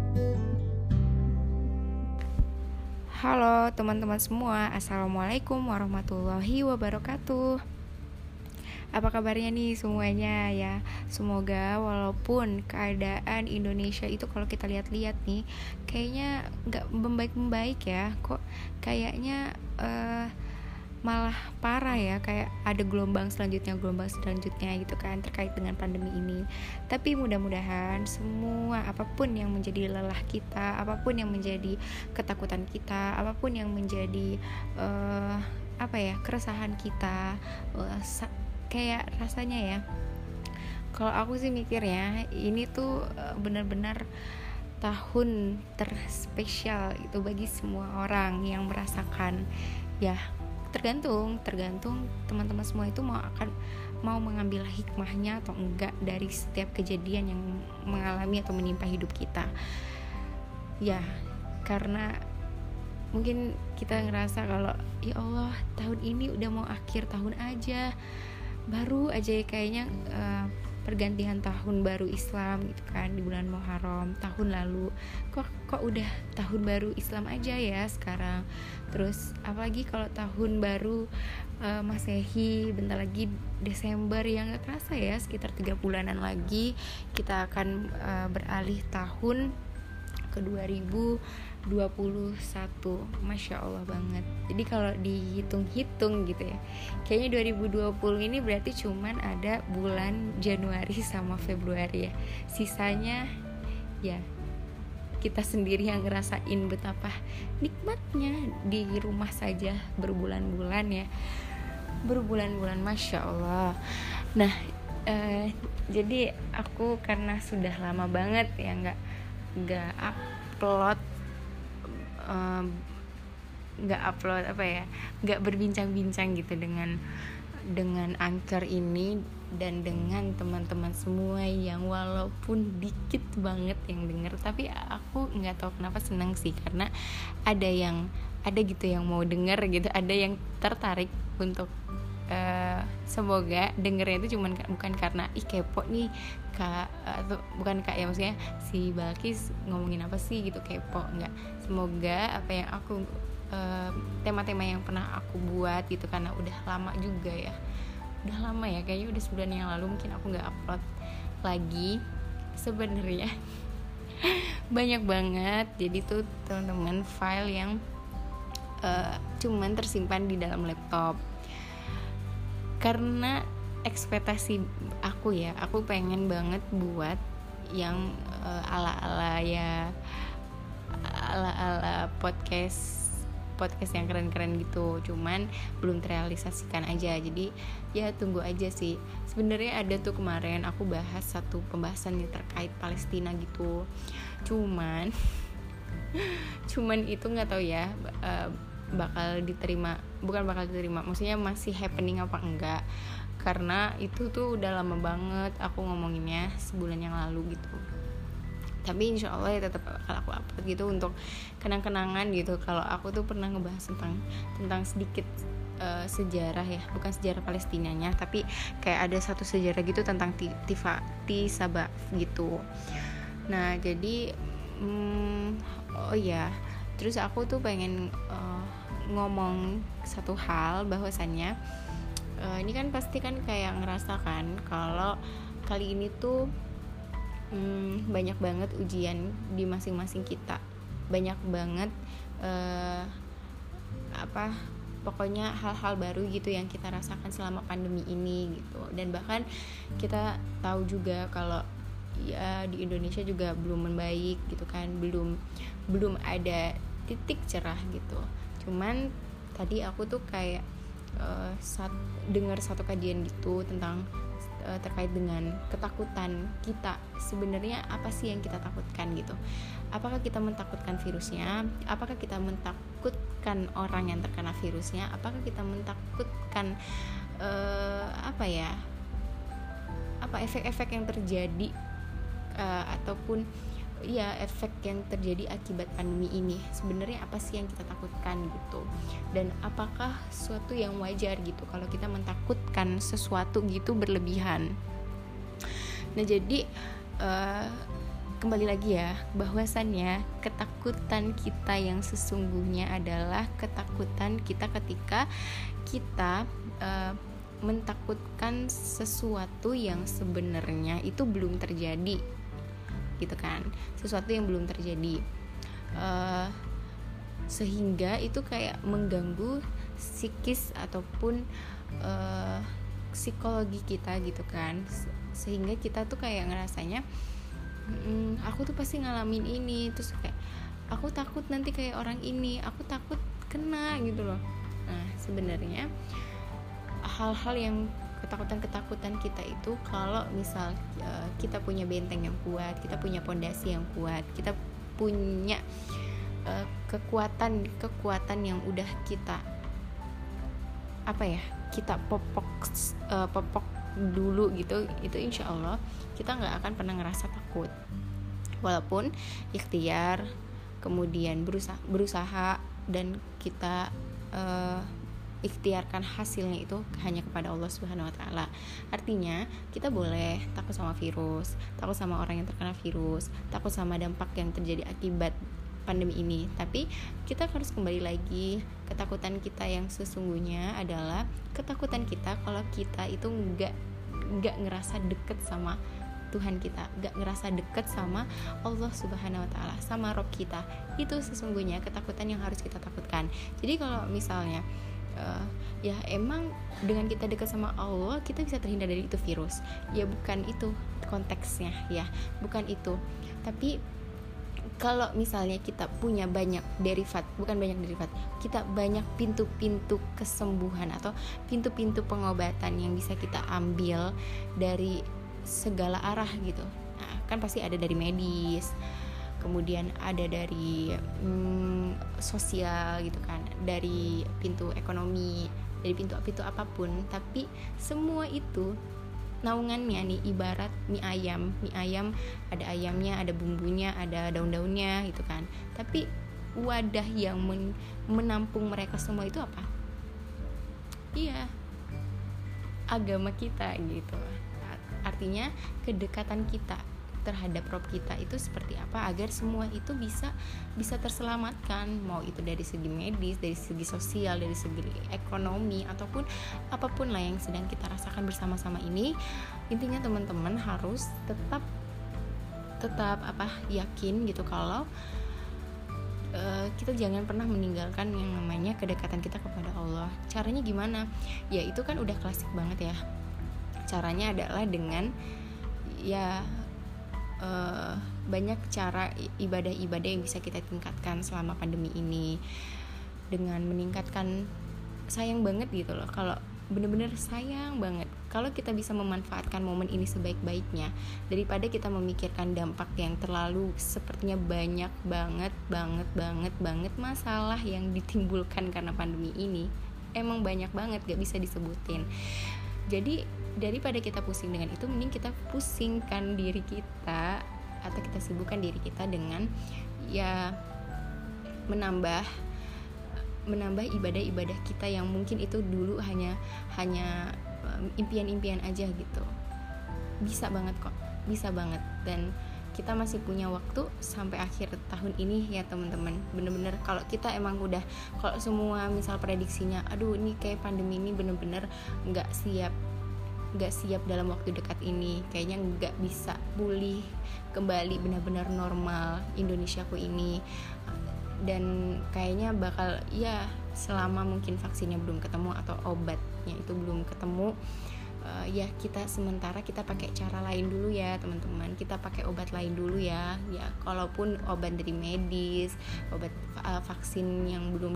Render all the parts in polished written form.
Halo teman-teman semua, Assalamualaikum warahmatullahi wabarakatuh. Apa kabarnya nih semuanya ya? Semoga walaupun keadaan Indonesia itu kalau kita lihat-lihat nih kayaknya gak membaik-membaik ya. Kok kayaknya malah parah ya, kayak ada gelombang selanjutnya gitu kan terkait dengan pandemi ini. Tapi mudah-mudahan semua, apapun yang menjadi lelah kita, apapun yang menjadi ketakutan kita, apapun yang menjadi keresahan kita, kayak rasanya ya, kalau aku sih mikirnya ini tuh benar-benar tahun terspesial itu bagi semua orang yang merasakan ya. Tergantung teman-teman semua itu mau mengambil hikmahnya atau enggak dari setiap kejadian yang mengalami atau menimpa hidup kita. Ya, karena mungkin kita ngerasa kalau ya Allah, tahun ini udah mau akhir tahun aja, baru aja kayaknya pergantian tahun baru Islam gitu kan di bulan Muharram tahun lalu. Kok udah tahun baru Islam aja ya sekarang. Terus apalagi kalau tahun baru Masehi bentar lagi Desember, yang gak kerasa ya sekitar 3 bulanan lagi kita akan beralih tahun ke 2021. Masya Allah banget. Jadi kalau dihitung-hitung gitu ya, kayaknya 2020 ini berarti cuman ada bulan Januari sama Februari ya. Sisanya ya kita sendiri yang ngerasain betapa nikmatnya di rumah saja berbulan-bulan ya. Berbulan-bulan, Masya Allah. Nah jadi aku karena sudah lama banget ya nggak upload nggak berbincang-bincang gitu dengan Anchor ini dan dengan teman-teman semua yang walaupun dikit banget yang denger, tapi aku nggak tahu kenapa senang sih, karena ada gitu yang mau denger gitu, ada yang tertarik untuk semoga dengernya itu bukan karena kepo nih kak, atau bukan kak ya, maksudnya si Balkis ngomongin apa sih gitu, kepo, enggak. Semoga apa yang aku tema-tema yang pernah aku buat gitu, karena udah lama ya, kayaknya udah sebulan yang lalu mungkin aku nggak upload lagi sebenarnya. Banyak banget, jadi tuh teman-teman file yang cuman tersimpan di dalam laptop. Karena ekspektasi aku pengen banget buat yang ala-ala podcast yang keren-keren gitu, cuman belum terrealisasikan aja. Jadi ya tunggu aja sih. Sebenarnya ada tuh kemarin aku bahas satu pembahasan yang terkait Palestina gitu, cuman itu nggak tahu ya bukan bakal diterima, maksudnya masih happening apa enggak, karena itu tuh udah lama banget aku ngomonginnya, sebulan yang lalu gitu. Tapi insya Allah ya tetap bakal aku upload gitu untuk kenang-kenangan gitu. Kalau aku tuh pernah ngebahas tentang sedikit sejarah ya, bukan sejarah Palestinanya, tapi kayak ada satu sejarah gitu tentang Tisabah gitu. Nah jadi terus aku tuh pengen ngomong satu hal, bahwasannya ini kan pasti kan kayak ngerasakan kalau kali ini tuh banyak banget ujian di masing-masing kita, banyak banget pokoknya hal-hal baru gitu yang kita rasakan selama pandemi ini gitu. Dan bahkan kita tahu juga kalau ya di Indonesia juga belum membaik gitu kan, belum ada titik cerah gitu. Cuman tadi aku tuh kayak dengar satu kajian gitu tentang terkait dengan ketakutan kita. Sebenarnya apa sih yang kita takutkan gitu? Apakah kita mentakutkan virusnya? Apakah kita mentakutkan orang yang terkena virusnya? Apakah kita mentakutkan efek-efek yang terjadi ataupun ya efek yang terjadi akibat pandemi ini? Sebenarnya apa sih yang kita takutkan gitu? Dan apakah suatu yang wajar gitu kalau kita mentakutkan sesuatu gitu berlebihan? Nah jadi kembali lagi ya, bahwasannya ketakutan kita yang sesungguhnya adalah ketakutan kita ketika kita mentakutkan sesuatu yang sebenarnya itu belum terjadi, gitu kan, sesuatu yang belum terjadi, sehingga itu kayak mengganggu psikis ataupun psikologi kita gitu kan, sehingga kita tuh kayak ngerasanya aku tuh pasti ngalamin ini, terus kayak aku takut nanti kayak orang ini, aku takut kena gitu loh. Nah sebenarnya hal-hal yang ketakutan kita itu, kalau misal kita punya benteng yang kuat, kita punya pondasi yang kuat, kita punya kekuatan yang udah kita kita popok dulu gitu, itu insya Allah kita nggak akan pernah ngerasa takut, walaupun ikhtiar, kemudian berusaha dan kita ikhtiarkan hasilnya itu hanya kepada Allah Subhanahu wa taala. Artinya kita boleh takut sama virus, takut sama orang yang terkena virus, takut sama dampak yang terjadi akibat pandemi ini, tapi kita harus kembali lagi, ketakutan kita yang sesungguhnya adalah ketakutan kita kalau kita itu nggak ngerasa deket sama Tuhan kita, nggak ngerasa deket sama Allah Subhanahu wa taala, sama Rob kita. Itu sesungguhnya ketakutan yang harus kita takutkan. Jadi kalau misalnya ya emang dengan kita dekat sama Allah kita bisa terhindar dari itu virus, ya bukan itu konteksnya, ya bukan itu. Tapi kalau misalnya kita punya banyak derivat, kita banyak pintu-pintu kesembuhan atau pintu-pintu pengobatan yang bisa kita ambil dari segala arah gitu. Nah, kan pasti ada dari medis, kemudian ada dari sosial gitu kan, dari pintu ekonomi, dari pintu apapun. Tapi semua itu naungannya nih ibarat mie ayam ada ayamnya, ada bumbunya, ada daun-daunnya gitu kan. Tapi wadah yang menampung mereka semua itu apa? Iya, agama kita gitu. Artinya kedekatan kita terhadap Rob kita itu seperti apa agar semua itu bisa terselamatkan, mau itu dari segi medis, dari segi sosial, dari segi ekonomi, ataupun apapun lah yang sedang kita rasakan bersama-sama ini. Intinya teman-teman harus tetap yakin gitu kalau kita jangan pernah meninggalkan yang namanya kedekatan kita kepada Allah. Caranya gimana? Ya itu kan udah klasik banget ya. Caranya adalah dengan banyak cara ibadah-ibadah yang bisa kita tingkatkan selama pandemi ini, dengan meningkatkan, sayang banget gitu loh, kalau bener-bener sayang banget kalau kita bisa memanfaatkan momen ini sebaik-baiknya daripada kita memikirkan dampak yang terlalu sepertinya banyak banget masalah yang ditimbulkan karena pandemi ini. Emang banyak banget, gak bisa disebutin. Jadi daripada kita pusing dengan itu, mending kita pusingkan diri kita atau kita sibukkan diri kita dengan menambah ibadah-ibadah kita yang mungkin itu dulu hanya impian-impian aja gitu. Bisa banget kok, bisa banget. Dan kita masih punya waktu sampai akhir tahun ini ya teman-teman. Bener-bener kalau kita emang udah, kalau semua misal prediksinya aduh ini kayak pandemi ini bener-bener nggak siap dalam waktu dekat ini, kayaknya nggak bisa pulih kembali benar-benar normal Indonesiaku ini, dan kayaknya bakal selama mungkin vaksinnya belum ketemu atau obatnya itu belum ketemu, kita sementara kita pakai cara lain dulu ya teman-teman, kita pakai obat lain dulu ya kalaupun obat dari medis, obat vaksin yang belum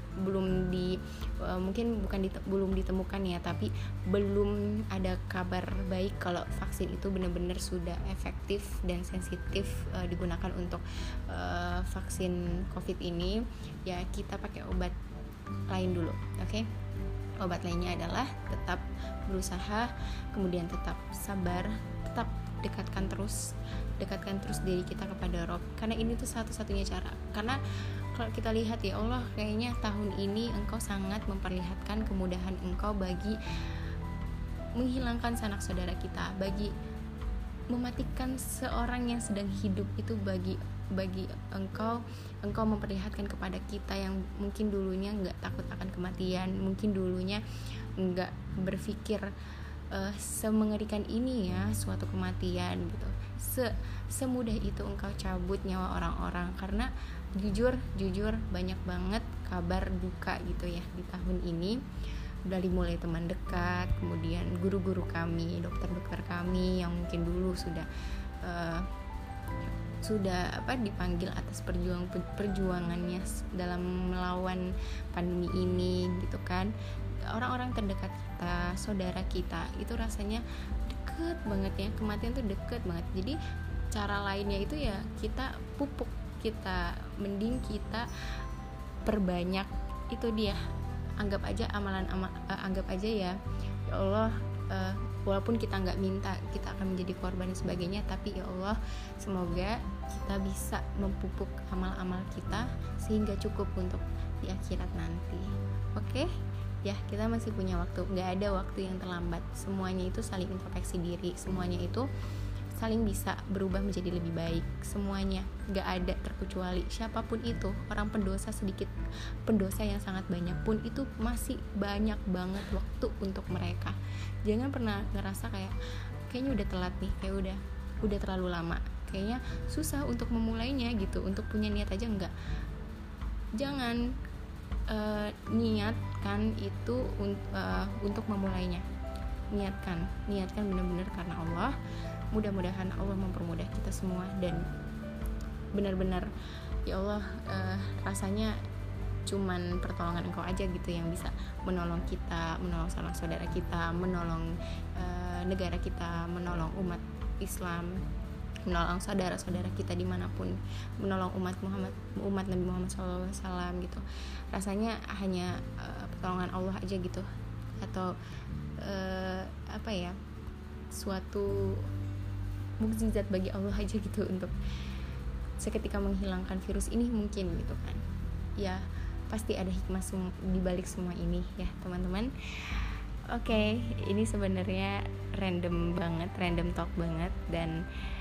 ditemukan ya, tapi belum ada kabar baik kalau vaksin itu benar-benar sudah efektif dan sensitif digunakan untuk vaksin COVID ini, ya kita pakai obat lain dulu, oke? Obat lainnya adalah tetap berusaha, kemudian tetap sabar, tetap dekatkan terus diri kita kepada Rob, karena ini tuh satu-satunya cara. Karena kalau kita lihat ya Allah, kayaknya tahun ini Engkau sangat memperlihatkan kemudahan Engkau bagi menghilangkan sanak saudara kita, bagi mematikan seorang yang sedang hidup itu bagi engkau memperlihatkan kepada kita yang mungkin dulunya nggak takut akan kematian, mungkin dulunya nggak berpikir semengerikan ini ya suatu kematian gitu. Semudah itu engkau cabut nyawa orang-orang, karena jujur banyak banget kabar duka gitu ya di tahun ini, dari mulai teman dekat, kemudian guru-guru kami, dokter-dokter kami yang mungkin dulu sudah dipanggil atas perjuangannya dalam melawan pandemi ini gitu kan. Orang-orang terdekat kita, saudara kita, itu rasanya deket banget ya, kematian tuh deket banget. Jadi cara lainnya itu ya kita pupuk, mending kita perbanyak itu dia. Anggap aja anggap aja ya Allah, walaupun kita nggak minta kita akan menjadi korban dan sebagainya, tapi ya Allah semoga kita bisa memupuk amal-amal kita sehingga cukup untuk di akhirat nanti. Oke? Ya, kita masih punya waktu, nggak ada waktu yang terlambat. Semuanya itu saling introspeksi diri, semuanya itu saling bisa berubah menjadi lebih baik. Semuanya, nggak ada terkecuali siapapun itu, orang pendosa sedikit, pendosa yang sangat banyak pun itu masih banyak banget waktu untuk mereka. Jangan pernah ngerasa kayaknya udah telat nih, kayak udah terlalu lama, kayaknya susah untuk memulainya gitu, untuk punya niat aja enggak. Jangan niatkan itu untuk memulainya. Niatkan benar-benar karena Allah. Mudah-mudahan Allah mempermudah kita semua, dan benar-benar ya Allah, rasanya cuman pertolongan Engkau aja gitu yang bisa menolong kita, menolong saudara kita, menolong negara kita, menolong umat Islam, menolong saudara-saudara kita dimanapun, menolong umat Nabi Muhammad SAW gitu. Rasanya hanya pertolongan Allah aja gitu, atau suatu mukjizat bagi Allah aja gitu untuk seketika menghilangkan virus ini mungkin gitu kan. Ya pasti ada hikmah di balik semua ini ya teman-teman. Oke, ini sebenarnya random talk banget, dan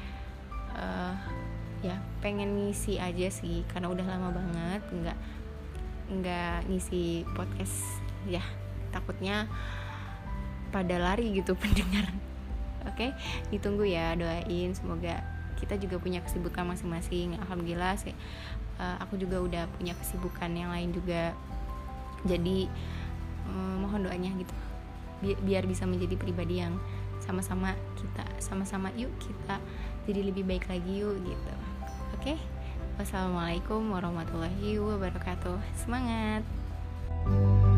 ya pengen ngisi aja sih karena udah lama banget nggak ngisi podcast ya, takutnya pada lari gitu pendengar. Oke, ditunggu ya, doain semoga kita juga punya kesibukan masing-masing. Alhamdulillah sih, aku juga udah punya kesibukan yang lain juga, jadi mohon doanya gitu biar bisa menjadi pribadi yang sama-sama yuk kita jadi lebih baik lagi yuk gitu. Oke, wassalamualaikum warahmatullahi wabarakatuh. Semangat.